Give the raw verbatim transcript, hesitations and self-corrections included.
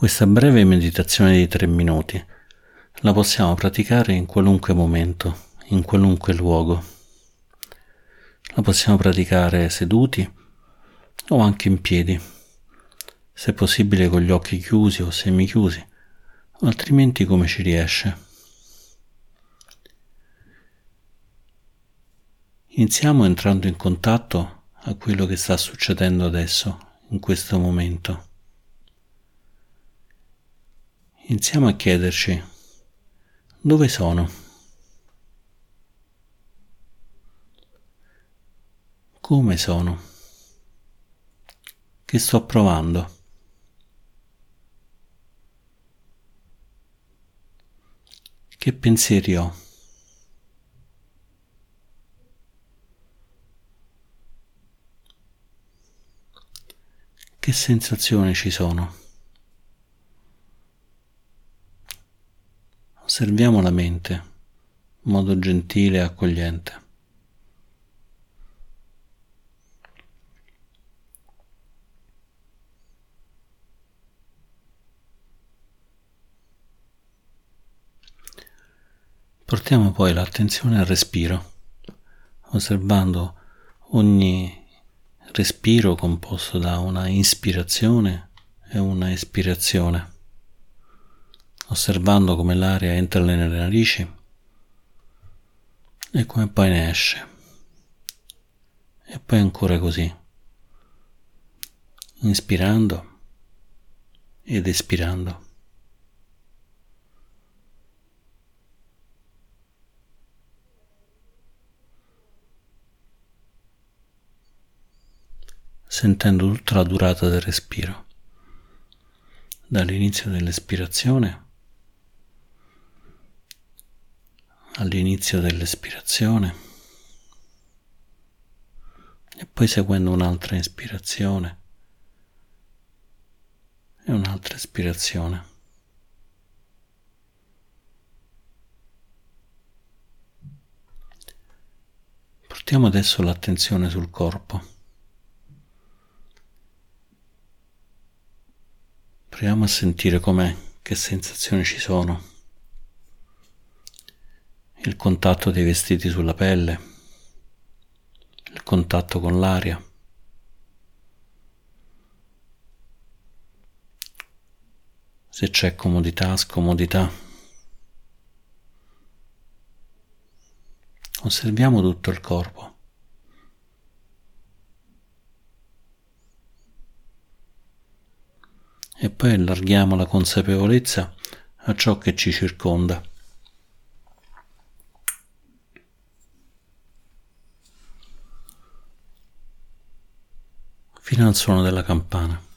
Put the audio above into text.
Questa breve meditazione di tre minuti la possiamo praticare in qualunque momento, in qualunque luogo. La possiamo praticare seduti o anche in piedi, se possibile con gli occhi chiusi o semichiusi, altrimenti come ci riesce. Iniziamo entrando in contatto a quello che sta succedendo adesso, in questo momento. Iniziamo a chiederci: dove sono? Come sono? Che sto provando? Che pensieri ho? Che sensazioni ci sono? Osserviamo la mente in modo gentile e accogliente. Portiamo poi l'attenzione al respiro, osservando ogni respiro composto da una ispirazione e una espirazione, osservando come l'aria entra nelle narici e come poi ne esce, e poi ancora così, inspirando ed espirando. Sentendo tutta la durata del respiro, dall'inizio dell'espirazione all'inizio dell'espirazione e poi seguendo un'altra ispirazione e un'altra espirazione. Portiamo adesso l'attenzione sul corpo. Proviamo a sentire com'è, che sensazioni ci sono. Il contatto dei vestiti sulla pelle, il contatto con l'aria. Se c'è comodità, scomodità. Osserviamo tutto il corpo. E poi allarghiamo la consapevolezza a ciò che ci circonda. Fino al suono della campana.